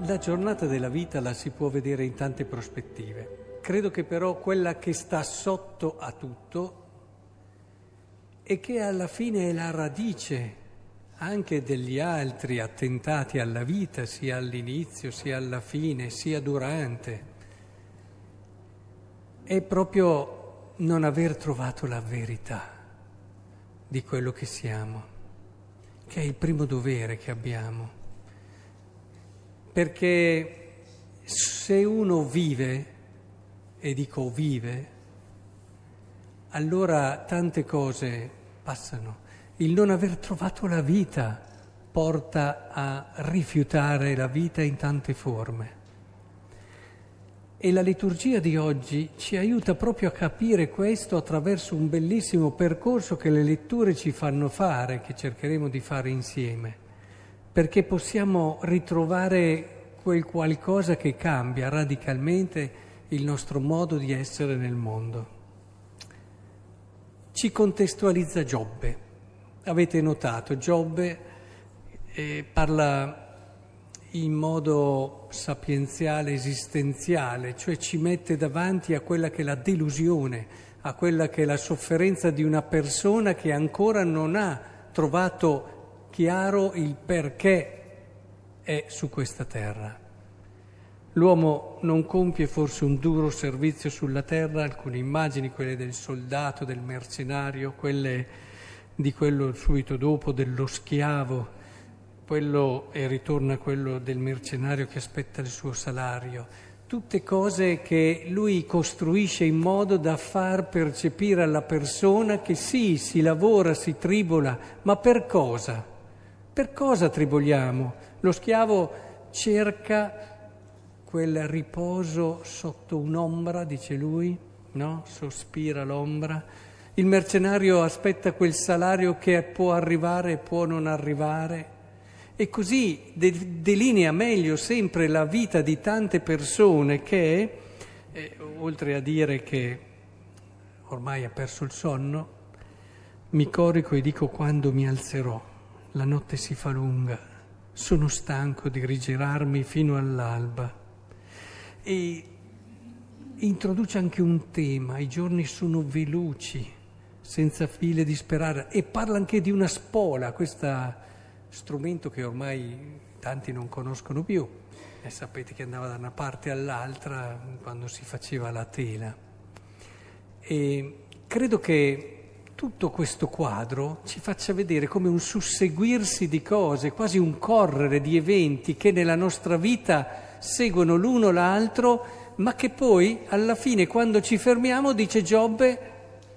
La giornata della vita la si può vedere in tante prospettive. Credo che però quella che sta sotto a tutto e che alla fine è la radice anche degli altri attentati alla vita, sia all'inizio, sia alla fine, sia durante, è proprio non aver trovato la verità di quello che siamo, che è il primo dovere che abbiamo. Perché se uno vive, e dico vive, allora tante cose passano. Il non aver trovato la vita porta a rifiutare la vita in tante forme. E la liturgia di oggi ci aiuta proprio a capire questo attraverso un bellissimo percorso che le letture ci fanno fare, che cercheremo di fare insieme, perché possiamo ritrovare quel qualcosa che cambia radicalmente il nostro modo di essere nel mondo. Ci contestualizza Giobbe. Avete notato, Giobbe parla in modo sapienziale, esistenziale, cioè ci mette davanti a quella che è la delusione, a quella che è la sofferenza di una persona che ancora non ha trovato chiaro il perché è su questa terra. L'uomo non compie forse un duro servizio sulla terra, alcune immagini, quelle del soldato, del mercenario, quelle di quello subito dopo, dello schiavo, quello e ritorna quello del mercenario che aspetta il suo salario. Tutte cose che lui costruisce in modo da far percepire alla persona che sì, si lavora, si tribola, ma per cosa? Per cosa triboliamo? Lo schiavo cerca quel riposo sotto un'ombra, dice lui, no? Sospira l'ombra. Il mercenario aspetta quel salario che può arrivare e può non arrivare. E così delinea meglio sempre la vita di tante persone che, oltre a dire che ormai ha perso il sonno, mi corico e dico quando mi alzerò, la notte si fa lunga, sono stanco di rigirarmi fino all'alba. E introduce anche un tema, i giorni sono veloci, senza file di sperare, e parla anche di una spola, questo strumento che ormai tanti non conoscono più, e sapete che andava da una parte all'altra quando si faceva la tela. E credo che tutto questo quadro ci faccia vedere come un susseguirsi di cose, quasi un correre di eventi che nella nostra vita seguono l'uno l'altro, ma che poi alla fine quando ci fermiamo, dice Giobbe,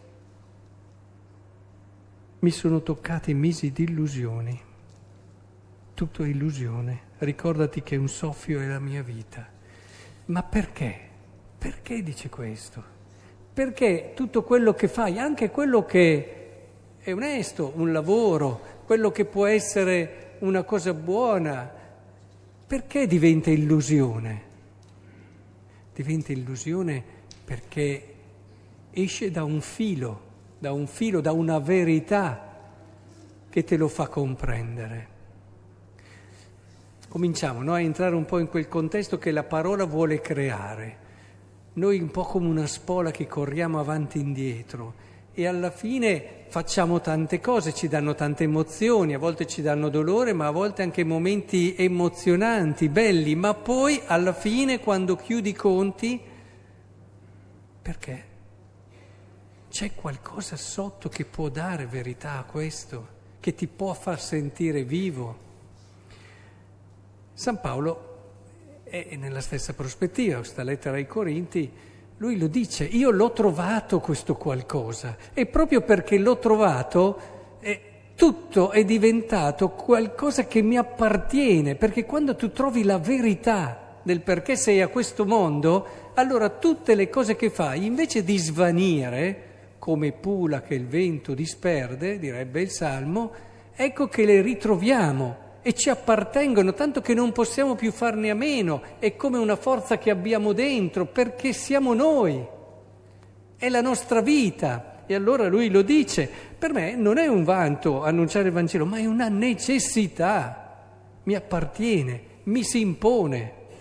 mi sono toccati mesi di illusioni. Tutto è illusione. Ricordati che un soffio è la mia vita. Ma perché? Perché dice questo? Perché tutto quello che fai, anche quello che è onesto, un lavoro, quello che può essere una cosa buona, perché diventa illusione? Diventa illusione perché esce da un filo, da una verità che te lo fa comprendere. Cominciamo, no, a entrare un po' in quel contesto che la parola vuole creare. Noi un po' come una spola che corriamo avanti e indietro e alla fine facciamo tante cose, ci danno tante emozioni, a volte ci danno dolore, ma a volte anche momenti emozionanti, belli, ma poi alla fine quando chiudi i conti, perché? C'è qualcosa sotto che può dare verità a questo, che ti può far sentire vivo. San Paolo è nella stessa prospettiva, questa lettera ai Corinti, lui lo dice, io l'ho trovato questo qualcosa e proprio perché l'ho trovato tutto è diventato qualcosa che mi appartiene, perché quando tu trovi la verità del perché sei a questo mondo, allora tutte le cose che fai, invece di svanire, come pula che il vento disperde, direbbe il Salmo, ecco che le ritroviamo e ci appartengono, tanto che non possiamo più farne a meno, è come una forza che abbiamo dentro, perché siamo noi, è la nostra vita. E allora lui lo dice, per me non è un vanto annunciare il Vangelo, ma è una necessità, mi appartiene, mi si impone.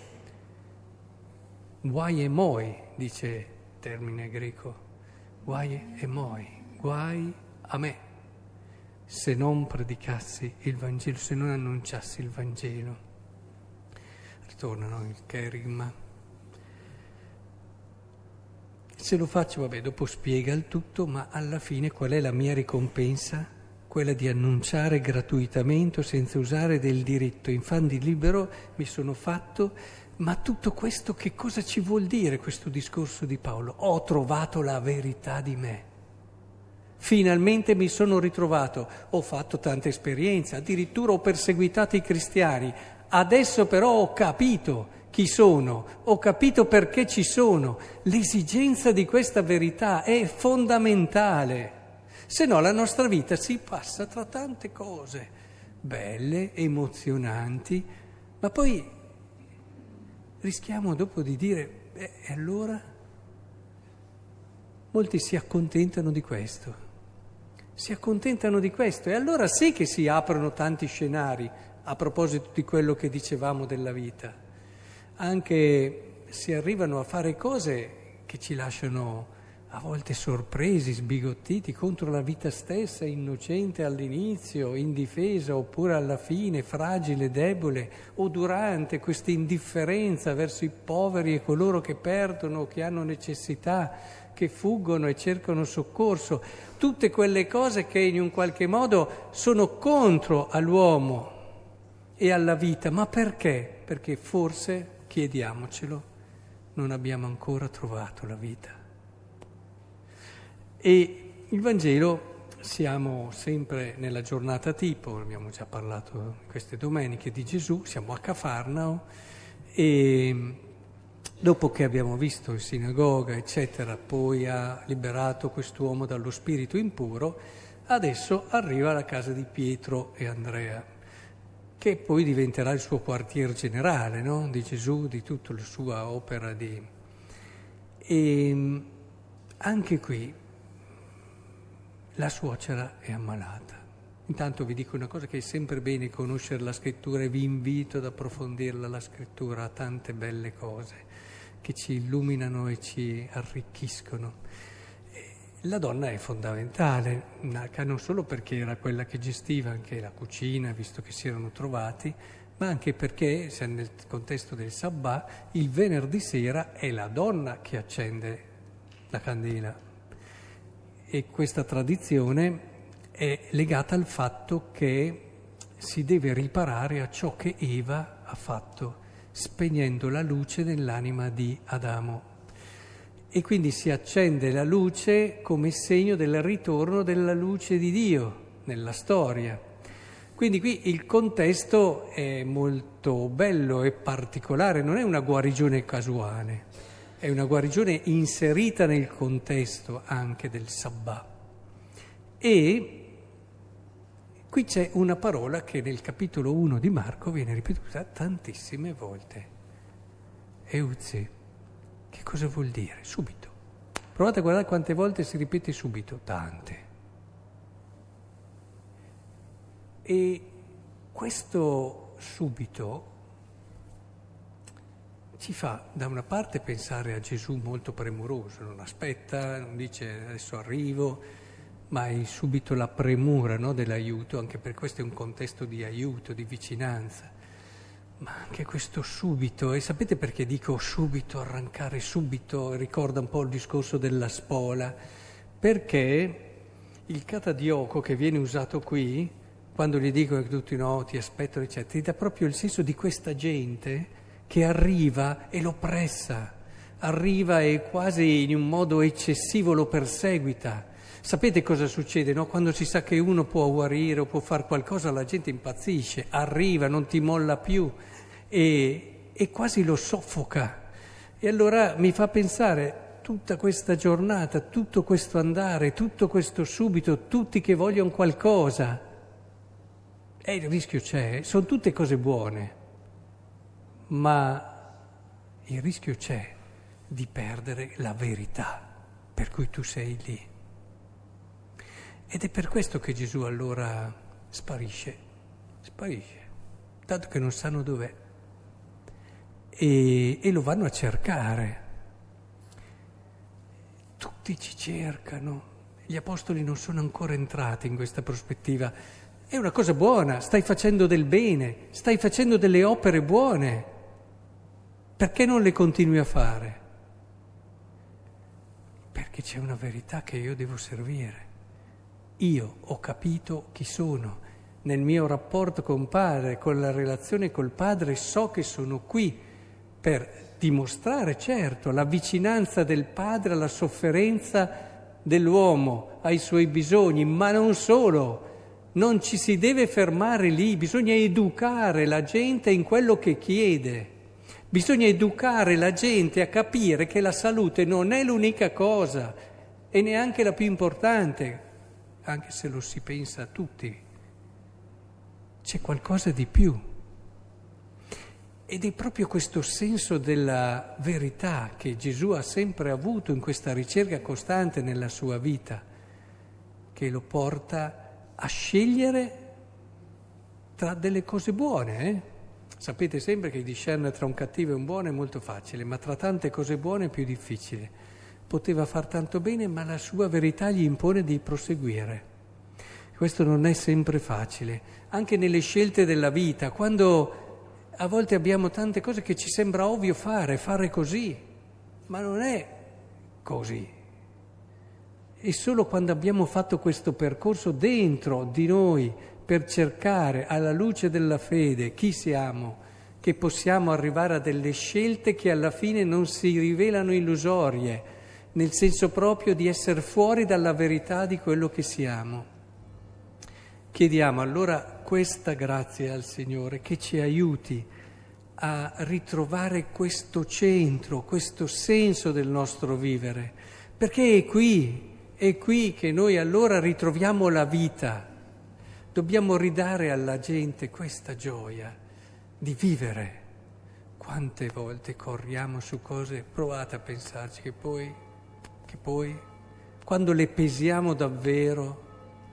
guai e moi, dice il termine greco, guai e moi, guai a me, se non predicassi il Vangelo, se non annunciassi il Vangelo. Ritornano il cherigma. Se lo faccio, vabbè, dopo spiega il tutto, ma alla fine qual è la mia ricompensa? Quella di annunciare gratuitamente, senza usare del diritto. Infatti libero mi sono fatto, ma tutto questo che cosa ci vuol dire questo discorso di Paolo? Ho trovato la verità di me. Finalmente mi sono ritrovato, ho fatto tante esperienze, addirittura ho perseguitato i cristiani. Adesso però ho capito chi sono, ho capito perché ci sono. L'esigenza di questa verità è fondamentale. Se no la nostra vita si passa tra tante cose belle, emozionanti, ma poi rischiamo dopo di dire, e allora? Molti si accontentano di questo. Si accontentano di questo e allora sì che si aprono tanti scenari a proposito di quello che dicevamo della vita. Anche si arrivano a fare cose che ci lasciano a volte sorpresi, sbigottiti contro la vita stessa, innocente all'inizio, indifesa oppure alla fine, fragile, debole, o durante questa indifferenza verso i poveri e coloro che perdono, che hanno necessità, che fuggono e cercano soccorso. Tutte quelle cose che in un qualche modo sono contro all'uomo e alla vita. Ma perché? Perché forse, chiediamocelo, non abbiamo ancora trovato la vita. E il Vangelo, siamo sempre nella giornata tipo, abbiamo già parlato queste domeniche di Gesù, siamo a Cafarnao e dopo che abbiamo visto in sinagoga, eccetera, poi ha liberato quest'uomo dallo spirito impuro, adesso arriva alla casa di Pietro e Andrea, che poi diventerà il suo quartier generale, no? Di Gesù, di tutta la sua opera di... E anche qui la suocera è ammalata. Intanto vi dico una cosa, che è sempre bene conoscere la scrittura e vi invito ad approfondirla. La scrittura ha tante belle cose che ci illuminano e ci arricchiscono. La donna è fondamentale, non solo perché era quella che gestiva anche la cucina, visto che si erano trovati, ma anche perché, se nel contesto del Sabbat, il venerdì sera è la donna che accende la candela. E questa tradizione è legata al fatto che si deve riparare a ciò che Eva ha fatto, spegnendo la luce nell'anima di Adamo. E quindi si accende la luce come segno del ritorno della luce di Dio nella storia. Quindi qui il contesto è molto bello e particolare, non è una guarigione casuale. È una guarigione inserita nel contesto anche del Sabbat. E qui c'è una parola che nel capitolo 1 di Marco viene ripetuta tantissime volte. Euze. Che cosa vuol dire? Subito. Provate a guardare quante volte si ripete subito. Tante. E questo subito ci fa da una parte pensare a Gesù molto premuroso, non aspetta, non dice adesso arrivo, ma è subito la premura, no, dell'aiuto, anche per questo è un contesto di aiuto, di vicinanza, ma anche questo subito. E sapete perché dico subito, arrancare subito? Ricorda un po' il discorso della spola, perché il catadioco che viene usato qui, quando gli dicono che tutti no, ti aspettano, eccetera, ti dà proprio il senso di questa gente che arriva e lo pressa, arriva e quasi in un modo eccessivo lo perseguita. Sapete cosa succede, no? Quando si sa che uno può guarire o può fare qualcosa, la gente impazzisce, arriva, non ti molla più e quasi lo soffoca. E allora mi fa pensare tutta questa giornata, tutto questo andare, tutto questo subito, tutti che vogliono qualcosa. E il rischio c'è, sono tutte cose buone. Ma il rischio c'è di perdere la verità per cui tu sei lì. Ed è per questo che Gesù allora sparisce, tanto che non sanno dov'è. e lo vanno a cercare. Tutti ci cercano. Gli apostoli non sono ancora entrati in questa prospettiva. È una cosa buona, stai facendo del bene, stai facendo delle opere buone. Perché non le continui a fare? Perché c'è una verità che io devo servire. Io ho capito chi sono. Nel mio rapporto con Padre, con la relazione col Padre, so che sono qui per dimostrare, certo, la vicinanza del Padre alla sofferenza dell'uomo, ai suoi bisogni, ma non solo. Non ci si deve fermare lì, bisogna educare la gente in quello che chiede. Bisogna educare la gente a capire che la salute non è l'unica cosa e neanche la più importante, anche se lo si pensa a tutti. C'è qualcosa di più. Ed è proprio questo senso della verità che Gesù ha sempre avuto in questa ricerca costante nella sua vita, che lo porta a scegliere tra delle cose buone. Sapete sempre che discernere tra un cattivo e un buono è molto facile, ma tra tante cose buone è più difficile. Poteva far tanto bene, ma la sua verità gli impone di proseguire. Questo non è sempre facile, anche nelle scelte della vita, quando a volte abbiamo tante cose che ci sembra ovvio fare così, ma non è così. E solo quando abbiamo fatto questo percorso dentro di noi per cercare alla luce della fede chi siamo, che possiamo arrivare a delle scelte che alla fine non si rivelano illusorie, nel senso proprio di essere fuori dalla verità di quello che siamo. Chiediamo allora questa grazia al Signore che ci aiuti a ritrovare questo centro, questo senso del nostro vivere, perché è qui che noi allora ritroviamo la vita. Dobbiamo ridare alla gente questa gioia di vivere. Quante volte corriamo su cose, provate a pensarci che poi, quando le pesiamo davvero,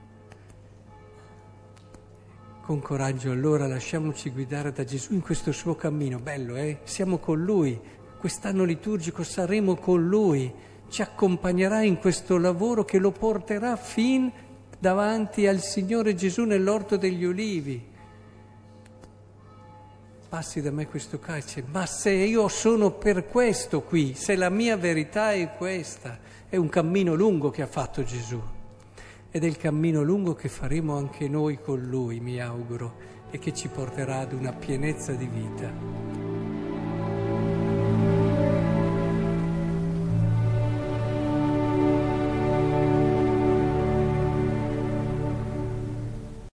con coraggio allora lasciamoci guidare da Gesù in questo suo cammino. Bello, Siamo con Lui, quest'anno liturgico saremo con Lui, ci accompagnerà in questo lavoro che lo porterà fin davanti al Signore Gesù nell'orto degli Ulivi. Passi da me questo calice, ma se io sono per questo qui, se la mia verità è questa, è un cammino lungo che ha fatto Gesù. Ed è il cammino lungo che faremo anche noi con Lui, mi auguro, e che ci porterà ad una pienezza di vita.